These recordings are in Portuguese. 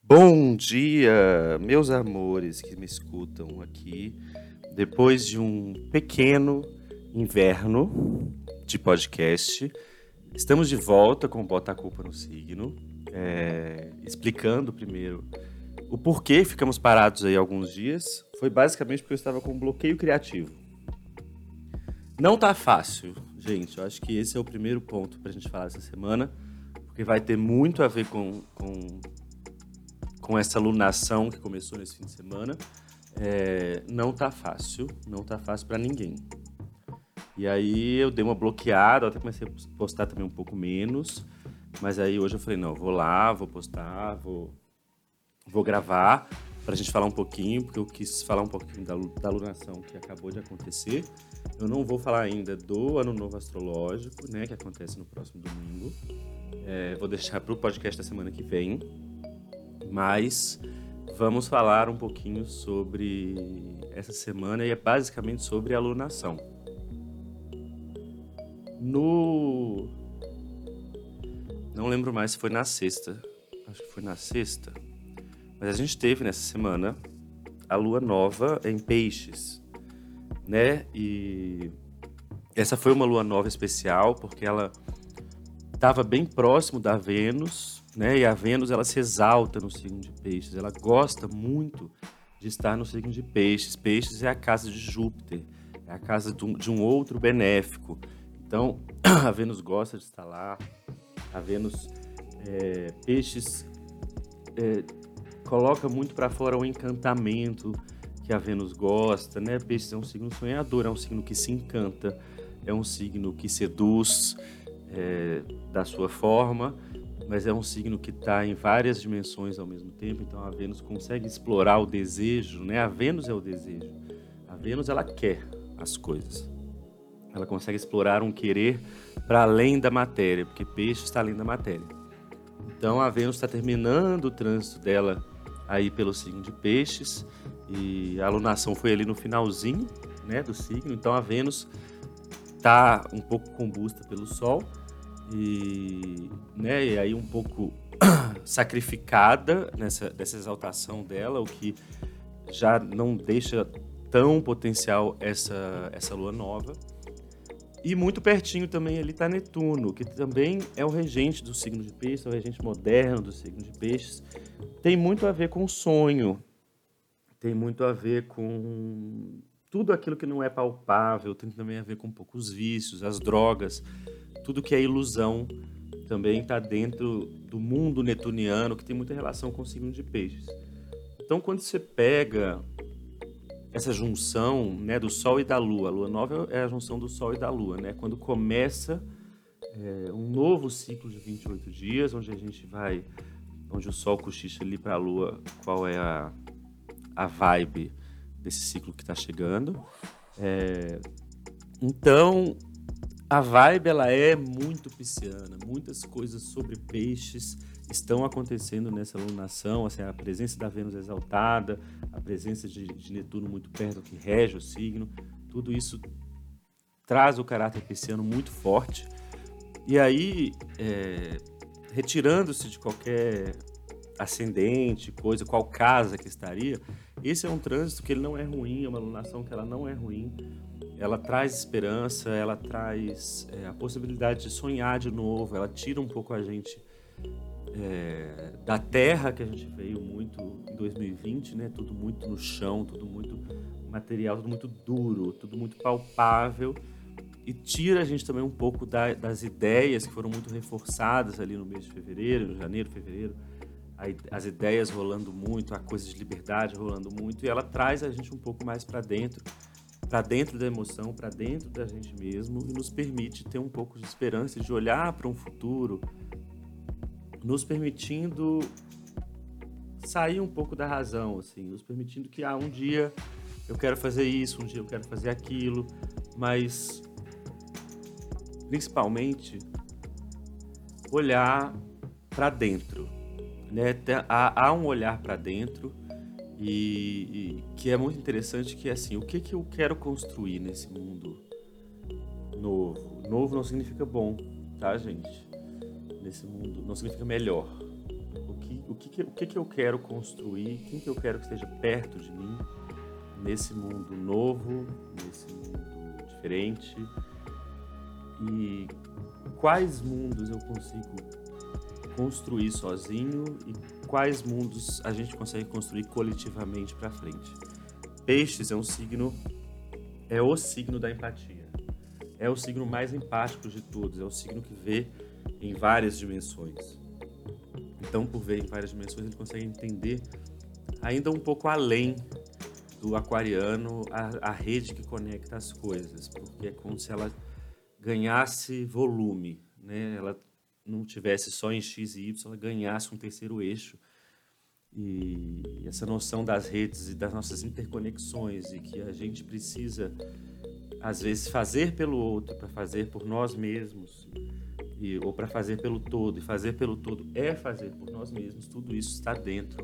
Bom dia, meus amores que me escutam aqui, depois de um pequeno inverno de podcast. Estamos de volta com o Bota a Culpa no Signo, explicando primeiro o porquê ficamos parados aí alguns dias. Foi basicamente porque eu estava com um bloqueio criativo. Não tá fácil, gente. Eu acho que esse é o primeiro ponto pra gente falar essa semana, porque vai ter muito a ver com essa lunação que começou nesse fim de semana. Não tá fácil para ninguém. E aí eu dei uma bloqueada, eu até comecei a postar também um pouco menos, mas aí hoje eu falei, não, vou lá, vou postar, vou gravar pra gente falar um pouquinho, porque eu quis falar um pouquinho da lunação que acabou de acontecer. Eu não vou falar ainda do Ano Novo Astrológico, né, que acontece no próximo domingo. Vou deixar pro podcast da semana que vem, mas vamos falar um pouquinho sobre essa semana e é basicamente sobre a alunação. Não lembro mais se foi na sexta, acho que foi na sexta, mas a gente teve nessa semana a lua nova em Peixes, né? E essa foi uma lua nova especial porque ela estava bem próximo da Vênus, né? E a Vênus ela se exalta no signo de Peixes, ela gosta muito de estar no signo de Peixes. Peixes é a casa de Júpiter, é a casa de um outro benéfico. Então, a Vênus gosta de estar lá. A Vênus, Peixes, coloca muito para fora o encantamento que a Vênus gosta, né? Peixes é um signo sonhador, é um signo que se encanta, é um signo que seduz da sua forma, mas é um signo que está em várias dimensões ao mesmo tempo, então a Vênus consegue explorar o desejo, né? A Vênus é o desejo. A Vênus, ela quer as coisas. Ela consegue explorar um querer para além da matéria, porque peixe está além da matéria. Então a Vênus está terminando o trânsito dela aí pelo signo de Peixes, e a alunação foi ali no finalzinho, né, do signo. Então a Vênus está um pouco combusta pelo Sol, e aí um pouco sacrificada dessa exaltação dela, o que já não deixa tão potencial essa lua nova. E muito pertinho também ali está Netuno, que também é o regente do signo de Peixes, é o regente moderno do signo de Peixes. Tem muito a ver com o sonho, tem muito a ver com tudo aquilo que não é palpável, tem também a ver com um pouco os vícios, as drogas, tudo que é ilusão também está dentro do mundo netuniano, que tem muita relação com o signo de Peixes. Então, quando você pega essa junção, né, do Sol e da Lua, a Lua nova é a junção do Sol e da Lua, né? Quando começa um novo ciclo de 28 dias, onde o Sol cochicha ali para a Lua, qual é a vibe desse ciclo que está chegando. Então, a vibe ela é muito pisciana, muitas coisas sobre peixes estão acontecendo nessa lunação, assim, a presença da Vênus exaltada, a presença de Netuno muito perto, que rege o signo, tudo isso traz o caráter pisciano muito forte. E aí, retirando-se de qualquer ascendente, coisa, qual casa que estaria, esse é um trânsito que ele não é ruim, é uma lunação que ela não é ruim. Ela traz esperança, ela traz a possibilidade de sonhar de novo, ela tira um pouco a gente da terra que a gente veio muito em 2020, né? Tudo muito no chão, tudo muito material, tudo muito duro, tudo muito palpável, e tira a gente também um pouco das ideias que foram muito reforçadas ali no mês de fevereiro, no janeiro, fevereiro, as ideias rolando muito, a coisa de liberdade rolando muito, e ela traz a gente um pouco mais para dentro da emoção, para dentro da gente mesmo, e nos permite ter um pouco de esperança, de olhar para um futuro, nos permitindo sair um pouco da razão, assim, nos permitindo que um dia eu quero fazer isso, um dia eu quero fazer aquilo, mas principalmente olhar para dentro, né? Há um olhar para dentro e que é muito interessante, que é assim, o que eu quero construir nesse mundo novo? Novo não significa bom, tá, gente? Nesse mundo não significa melhor. o que eu quero construir, quem que eu quero que esteja perto de mim nesse mundo novo, nesse mundo diferente, e quais mundos eu consigo construir sozinho e quais mundos a gente consegue construir coletivamente para frente. Peixes é o signo da empatia. É o signo mais empático de todos, é o signo que vê em várias dimensões. Então, por ver em várias dimensões, ele consegue entender ainda um pouco além do aquariano a rede que conecta as coisas, porque é como se ela ganhasse volume, né? Ela não tivesse só em X e Y, ela ganhasse um terceiro eixo. E essa noção das redes e das nossas interconexões e que a gente precisa, às vezes, fazer pelo outro para fazer por nós mesmos, ou para fazer pelo todo, e fazer pelo todo é fazer por nós mesmos, tudo isso está dentro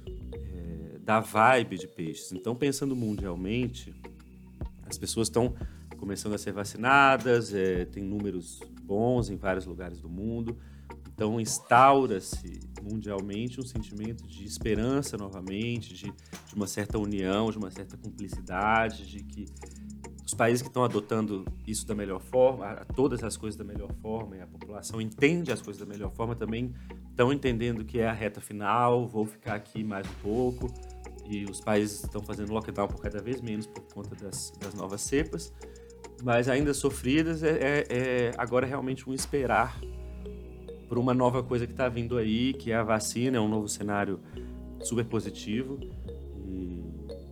da vibe de Peixes. Então, pensando mundialmente, as pessoas estão começando a ser vacinadas, tem números bons em vários lugares do mundo. Então, instaura-se mundialmente um sentimento de esperança novamente, de uma certa união, de uma certa cumplicidade, de que os países que estão adotando isso da melhor forma, todas as coisas da melhor forma, e a população entende as coisas da melhor forma, também estão entendendo que é a reta final, vou ficar aqui mais um pouco, e os países estão fazendo lockdown por cada vez menos por conta das novas cepas, mas ainda sofridas, agora realmente um esperar por uma nova coisa que está vindo aí, que é a vacina, é um novo cenário super positivo, e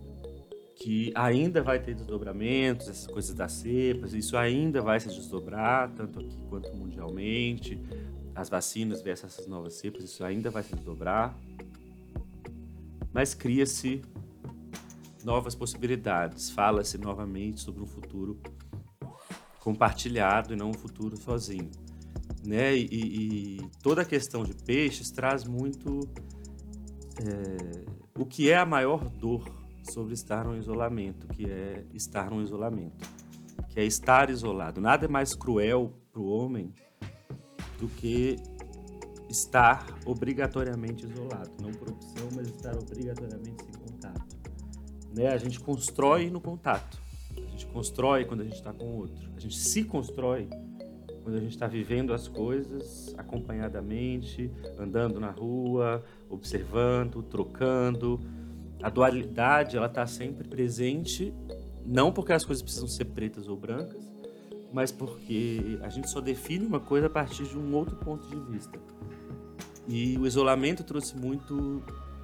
que ainda vai ter desdobramentos, essas coisas das cepas, isso ainda vai se desdobrar, tanto aqui quanto mundialmente, as vacinas versus essas novas cepas, isso ainda vai se desdobrar, mas cria-se novas possibilidades, fala-se novamente sobre um futuro compartilhado e não um futuro sozinho, né? E toda a questão de Peixes traz muito o que é a maior dor sobre estar no isolamento, que é estar no isolamento, que é estar isolado. Nada é mais cruel para o homem do que estar obrigatoriamente isolado, não por opção, mas estar obrigatoriamente sem contato, né? A gente constrói no contato, a gente constrói quando a gente está com o outro, a gente se constrói quando a gente está vivendo as coisas acompanhadamente, andando na rua, observando, trocando. A dualidade, ela está sempre presente, não porque as coisas precisam ser pretas ou brancas, mas porque a gente só define uma coisa a partir de um outro ponto de vista. E o isolamento trouxe muito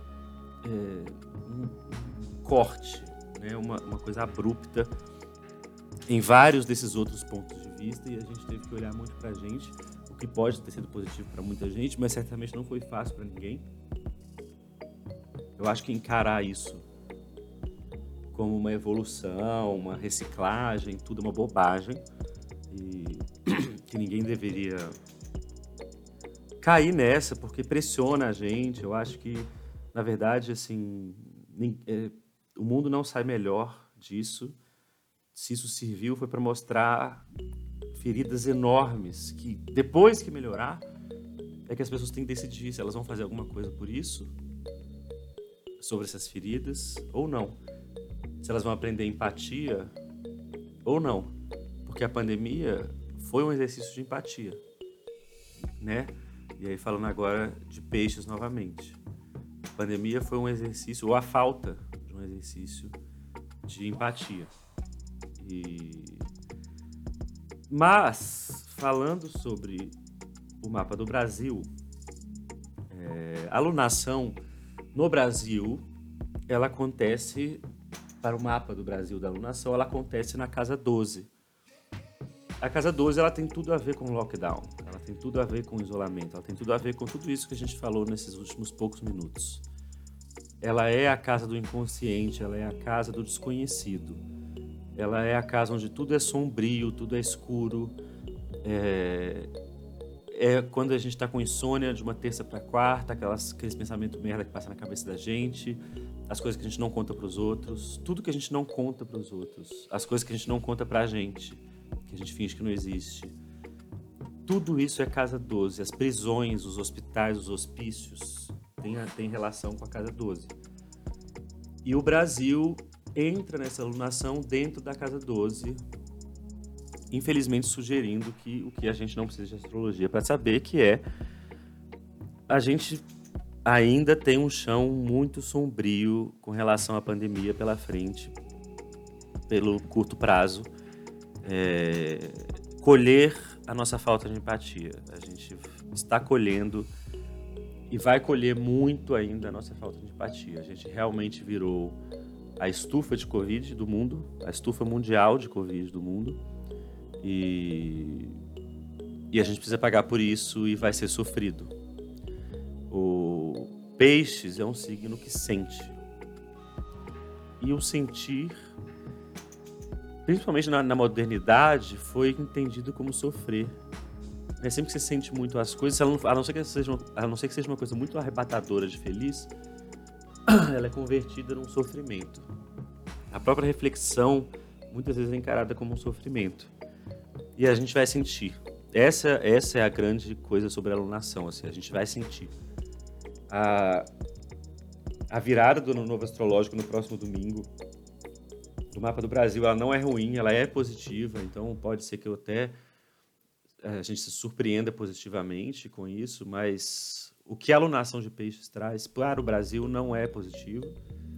um corte, né? uma coisa abrupta em vários desses outros pontos de vista, e a gente teve que olhar muito pra gente, o que pode ter sido positivo para muita gente, mas certamente não foi fácil para ninguém. Eu acho que encarar isso como uma evolução, uma reciclagem, tudo é uma bobagem, e que ninguém deveria cair nessa, porque pressiona a gente. Eu acho que, na verdade, assim, o mundo não sai melhor disso. Se isso serviu, foi para mostrar feridas enormes, que depois que melhorar, é que as pessoas têm que decidir se elas vão fazer alguma coisa por isso, sobre essas feridas, ou não. Se elas vão aprender empatia, ou não. Porque a pandemia foi um exercício de empatia, né? E aí, falando agora de Peixes novamente. A pandemia foi um exercício, ou a falta de um exercício de empatia. Mas, falando sobre o mapa do Brasil, a alunação no Brasil, ela acontece, para o mapa do Brasil da alunação, ela acontece na casa 12. A casa 12, ela tem tudo a ver com lockdown, ela tem tudo a ver com isolamento, ela tem tudo a ver com tudo isso que a gente falou nesses últimos poucos minutos. Ela é a casa do inconsciente, ela é a casa do desconhecido. Ela é a casa onde tudo é sombrio, tudo é escuro. É quando a gente está com insônia de uma terça para quarta, aqueles pensamentos merda que passam na cabeça da gente, as coisas que a gente não conta para os outros, tudo que a gente não conta para os outros, as coisas que a gente não conta para a gente, que a gente finge que não existe. Tudo isso é casa 12. As prisões, os hospitais, os hospícios tem relação com a casa 12. E o Brasil entra nessa alunação dentro da casa 12, infelizmente sugerindo que o que a gente não precisa de astrologia para saber, que é a gente ainda tem um chão muito sombrio com relação à pandemia pela frente, pelo curto prazo, colher a nossa falta de empatia. A gente está colhendo e vai colher muito ainda a nossa falta de empatia. A gente realmente virou a estufa de Covid do mundo, a estufa mundial de Covid do mundo, e a gente precisa pagar por isso e vai ser sofrido. O Peixes é um signo que sente. E o sentir, principalmente na modernidade, foi entendido como sofrer. Sempre que você sente muito as coisas, a não ser que seja uma coisa muito arrebatadora de feliz, ela é convertida num sofrimento. A própria reflexão, muitas vezes, é encarada como um sofrimento. E a gente vai sentir. Essa é a grande coisa sobre a alunação, assim, a gente vai sentir. A virada do Ano Novo Astrológico no próximo domingo, do mapa do Brasil, ela não é ruim, ela é positiva, então pode ser que a gente se surpreenda positivamente com isso, mas o que a alunação de Peixes traz para o Brasil não é positivo.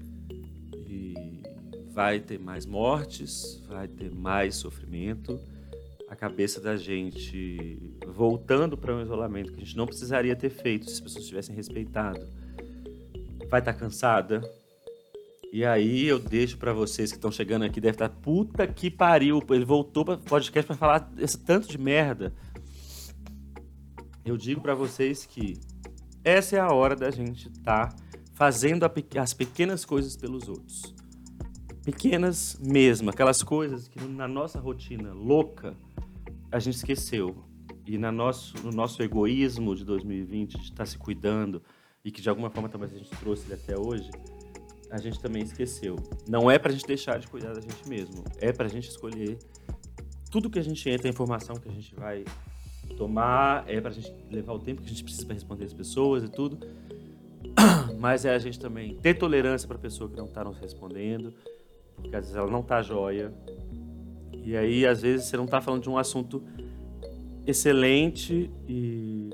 E vai ter mais mortes, vai ter mais sofrimento. A cabeça da gente voltando para um isolamento que a gente não precisaria ter feito se as pessoas tivessem respeitado. Vai estar cansada. E aí eu deixo para vocês que estão chegando aqui, deve estar puta que pariu. Ele voltou para o podcast para falar esse tanto de merda. Eu digo para vocês que essa é a hora da gente estar fazendo as pequenas coisas pelos outros. Pequenas mesmo, aquelas coisas que na nossa rotina louca a gente esqueceu. E no nosso egoísmo de 2020, de estar se cuidando, e que de alguma forma talvez a gente trouxe ele até hoje, a gente também esqueceu. Não é pra gente deixar de cuidar da gente mesmo, é pra gente escolher tudo que a gente entra, a informação que a gente vai tomar, é pra gente levar o tempo que a gente precisa para responder as pessoas e tudo, mas é a gente também ter tolerância pra pessoa que não tá nos respondendo, porque às vezes ela não tá joia, e aí às vezes você não tá falando de um assunto excelente e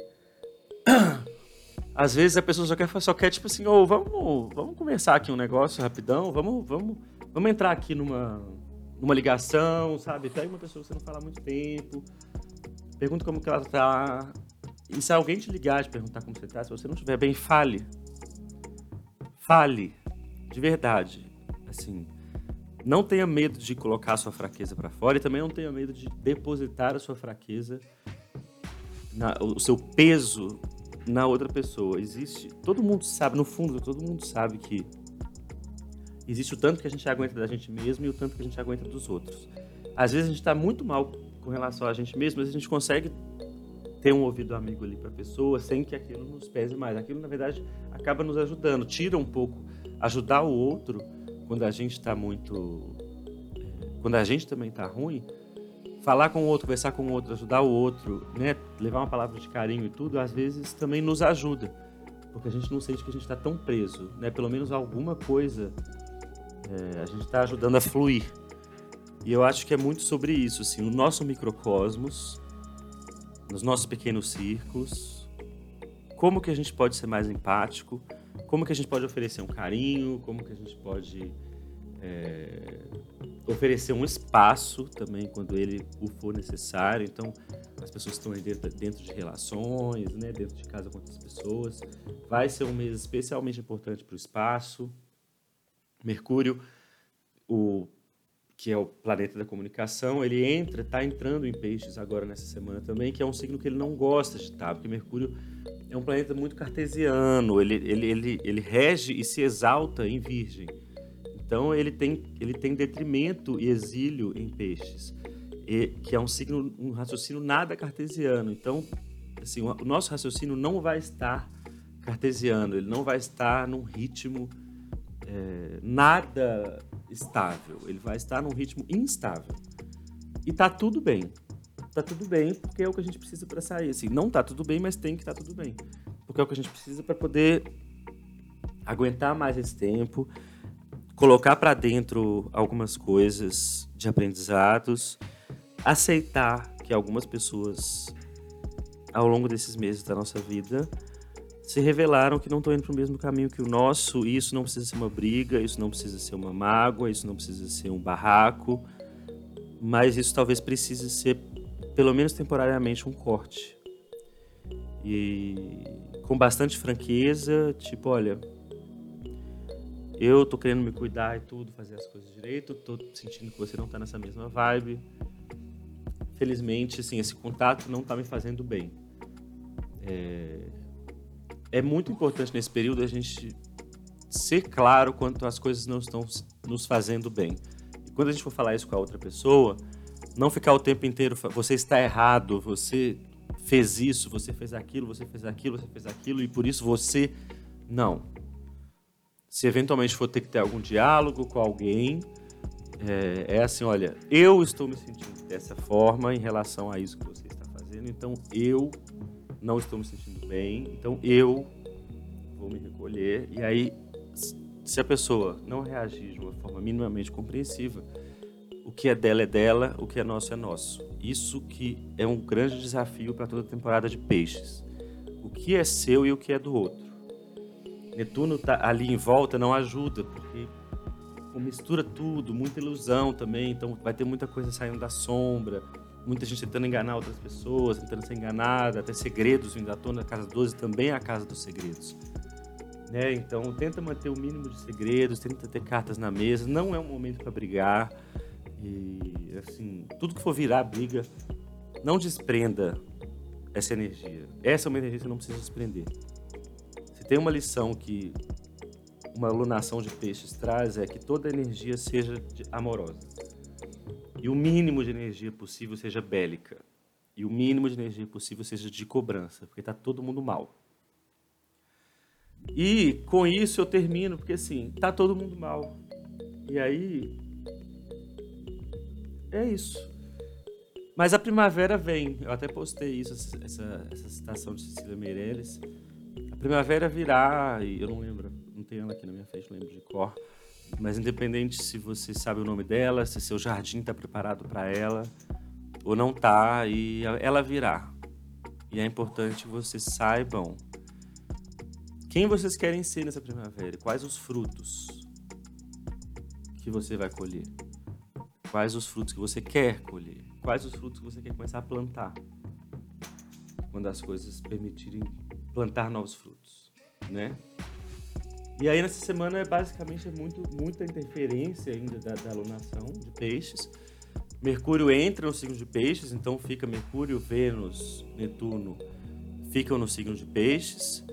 às vezes a pessoa só quer tipo assim, vamos conversar aqui um negócio rapidão, vamos entrar aqui numa ligação, sabe? Pega uma pessoa que você não fala há muito tempo, pergunta como que ela tá, e se alguém te ligar, te perguntar como você tá, se você não estiver bem, fale, de verdade, assim, não tenha medo de colocar a sua fraqueza para fora e também não tenha medo de depositar a sua fraqueza, o seu peso na outra pessoa. Todo mundo sabe, no fundo, todo mundo sabe que existe o tanto que a gente aguenta da gente mesmo e o tanto que a gente aguenta dos outros. Às vezes a gente está muito mal com relação a gente mesmo, mas a gente consegue ter um ouvido amigo ali para a pessoa sem que aquilo nos pese mais. Aquilo, na verdade, acaba nos ajudando, tira um pouco, ajudar o outro quando a gente está quando a gente também está ruim. Falar com o outro, conversar com o outro, ajudar o outro, né? Levar uma palavra de carinho e tudo, às vezes também nos ajuda. Porque a gente não sente que a gente está tão preso, né? Pelo menos alguma coisa a gente está ajudando a fluir. E eu acho que é muito sobre isso, assim, o nosso microcosmos, nos nossos pequenos círculos, como que a gente pode ser mais empático, como que a gente pode oferecer um carinho, como que a gente pode oferecer um espaço também quando ele o for necessário. Então, as pessoas estão aí dentro de relações, né, dentro de casa com outras pessoas. Vai ser um mês especialmente importante para o espaço. Mercúrio, que é o planeta da comunicação, ele está entrando em Peixes agora nessa semana também, que é um signo que ele não gosta de estar, porque Mercúrio é um planeta muito cartesiano, ele rege e se exalta em Virgem. Então ele tem detrimento e exílio em Peixes, que é um raciocínio nada cartesiano. Então, assim, o nosso raciocínio não vai estar cartesiano, ele não vai estar num ritmo nada estável, ele vai estar num ritmo instável. E tá tudo bem. Tá tudo bem, porque é o que a gente precisa para sair. Assim, não tá tudo bem, mas tem que estar tudo bem. Porque é o que a gente precisa para poder aguentar mais esse tempo, colocar para dentro algumas coisas de aprendizados, aceitar que algumas pessoas, ao longo desses meses da nossa vida, se revelaram que não estão indo para o mesmo caminho que o nosso, e isso não precisa ser uma briga, isso não precisa ser uma mágoa, isso não precisa ser um barraco, mas isso talvez precise ser, pelo menos temporariamente, um corte. E com bastante franqueza, tipo, olha, eu tô querendo me cuidar e tudo, fazer as coisas direito, tô sentindo que você não tá nessa mesma vibe. Felizmente, assim, esse contato não tá me fazendo bem. É muito importante nesse período a gente ser claro quanto as coisas não estão nos fazendo bem. E quando a gente for falar isso com a outra pessoa, não ficar o tempo inteiro, você está errado, você fez isso, você fez aquilo, você fez aquilo, você fez aquilo, e por isso você... Não. Se eventualmente for ter que ter algum diálogo com alguém, é assim, olha, eu estou me sentindo dessa forma em relação a isso que você está fazendo, então eu não estou me sentindo bem, então eu vou me recolher. E aí, se a pessoa não reagir de uma forma minimamente compreensiva, o que é dela, o que é nosso. Isso que é um grande desafio para toda a temporada de peixes. O que é seu e o que é do outro. Netuno tá ali em volta não ajuda, porque mistura tudo, muita ilusão também, então vai ter muita coisa saindo da sombra, muita gente tentando enganar outras pessoas, tentando ser enganada, até segredos vindo à tona. A casa 12 também é a casa dos segredos. Né? Então tenta manter o mínimo de segredos, tenta ter cartas na mesa, não é um momento para brigar. E assim, tudo que for virar briga, não desprenda essa energia. Essa é uma energia que você não precisa desprender. Se tem uma lição que uma alunação de peixes traz, é que toda energia seja amorosa. E o mínimo de energia possível seja bélica. E o mínimo de energia possível seja de cobrança, porque tá todo mundo mal. E com isso eu termino, porque assim, tá todo mundo mal. E aí, é isso. Mas a primavera vem. Eu até postei isso, essa citação de Cecília Meirelles. A primavera virá, e eu não lembro, não tenho ela aqui na minha frente, não lembro de cor. Mas independente se você sabe o nome dela, se seu jardim está preparado para ela ou não tá, e ela virá. E é importante que vocês saibam quem vocês querem ser nessa primavera, quais os frutos que você vai colher, quais os frutos que você quer colher, quais os frutos que você quer começar a plantar, quando as coisas permitirem plantar novos frutos, né? E aí nessa semana basicamente é muita interferência ainda da alunação de peixes. Mercúrio entra no signo de peixes, então fica Mercúrio, Vênus, Netuno ficam no signo de peixes.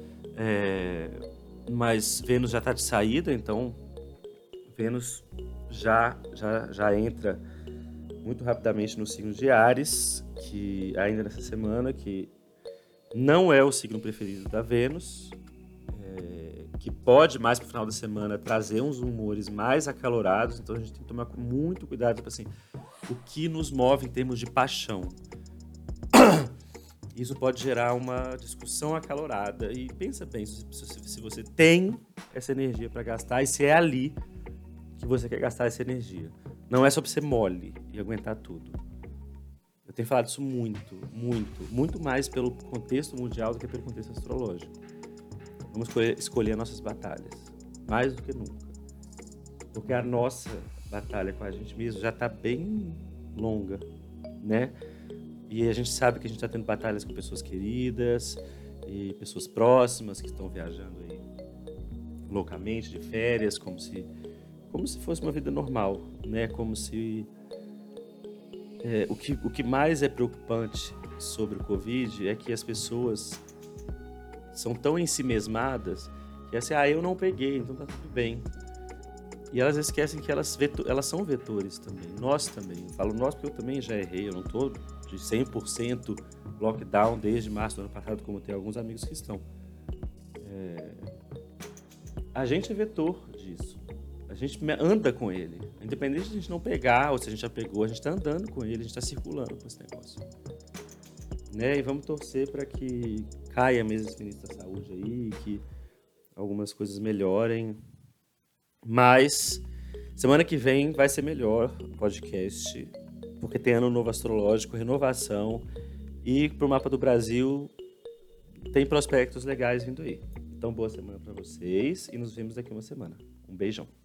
Mas Vênus já está de saída, então Vênus já entra muito rapidamente no signo de Áries, que ainda nessa semana, que não é o signo preferido da Vênus, que pode mais para o final da semana trazer uns humores mais acalorados, então a gente tem que tomar muito cuidado, tipo assim, o que nos move em termos de paixão. Isso pode gerar uma discussão acalorada. E pensa bem, se você tem essa energia para gastar, e se é ali que você quer gastar essa energia. Não é só para ser mole e aguentar tudo. Eu tenho falado isso muito mais pelo contexto mundial do que pelo contexto astrológico. Vamos escolher nossas batalhas, mais do que nunca. Porque a nossa batalha com a gente mesmo já está bem longa, né? E a gente sabe que a gente está tendo batalhas com pessoas queridas e pessoas próximas que estão viajando aí loucamente de férias, como se fosse uma vida normal, né? Como se o que mais é preocupante sobre o Covid é que as pessoas são tão ensimesmadas que é assim, eu não peguei, então tá tudo bem. E elas esquecem que elas são vetores também, nós também. Eu falo nós porque eu também já errei, eu não tô de 100% lockdown desde março do ano passado, como tem alguns amigos que estão. A gente é vetor disso. A gente anda com ele. Independente de a gente não pegar, ou se a gente já pegou, a gente está andando com ele, a gente está circulando com esse negócio. Né? E vamos torcer para que caia mesmo esse ministro da saúde aí, que algumas coisas melhorem. Mas semana que vem vai ser melhor o podcast, porque tem ano novo astrológico, renovação, e pro Mapa do Brasil tem prospectos legais vindo aí. Então, boa semana para vocês e nos vemos daqui uma semana. Um beijão.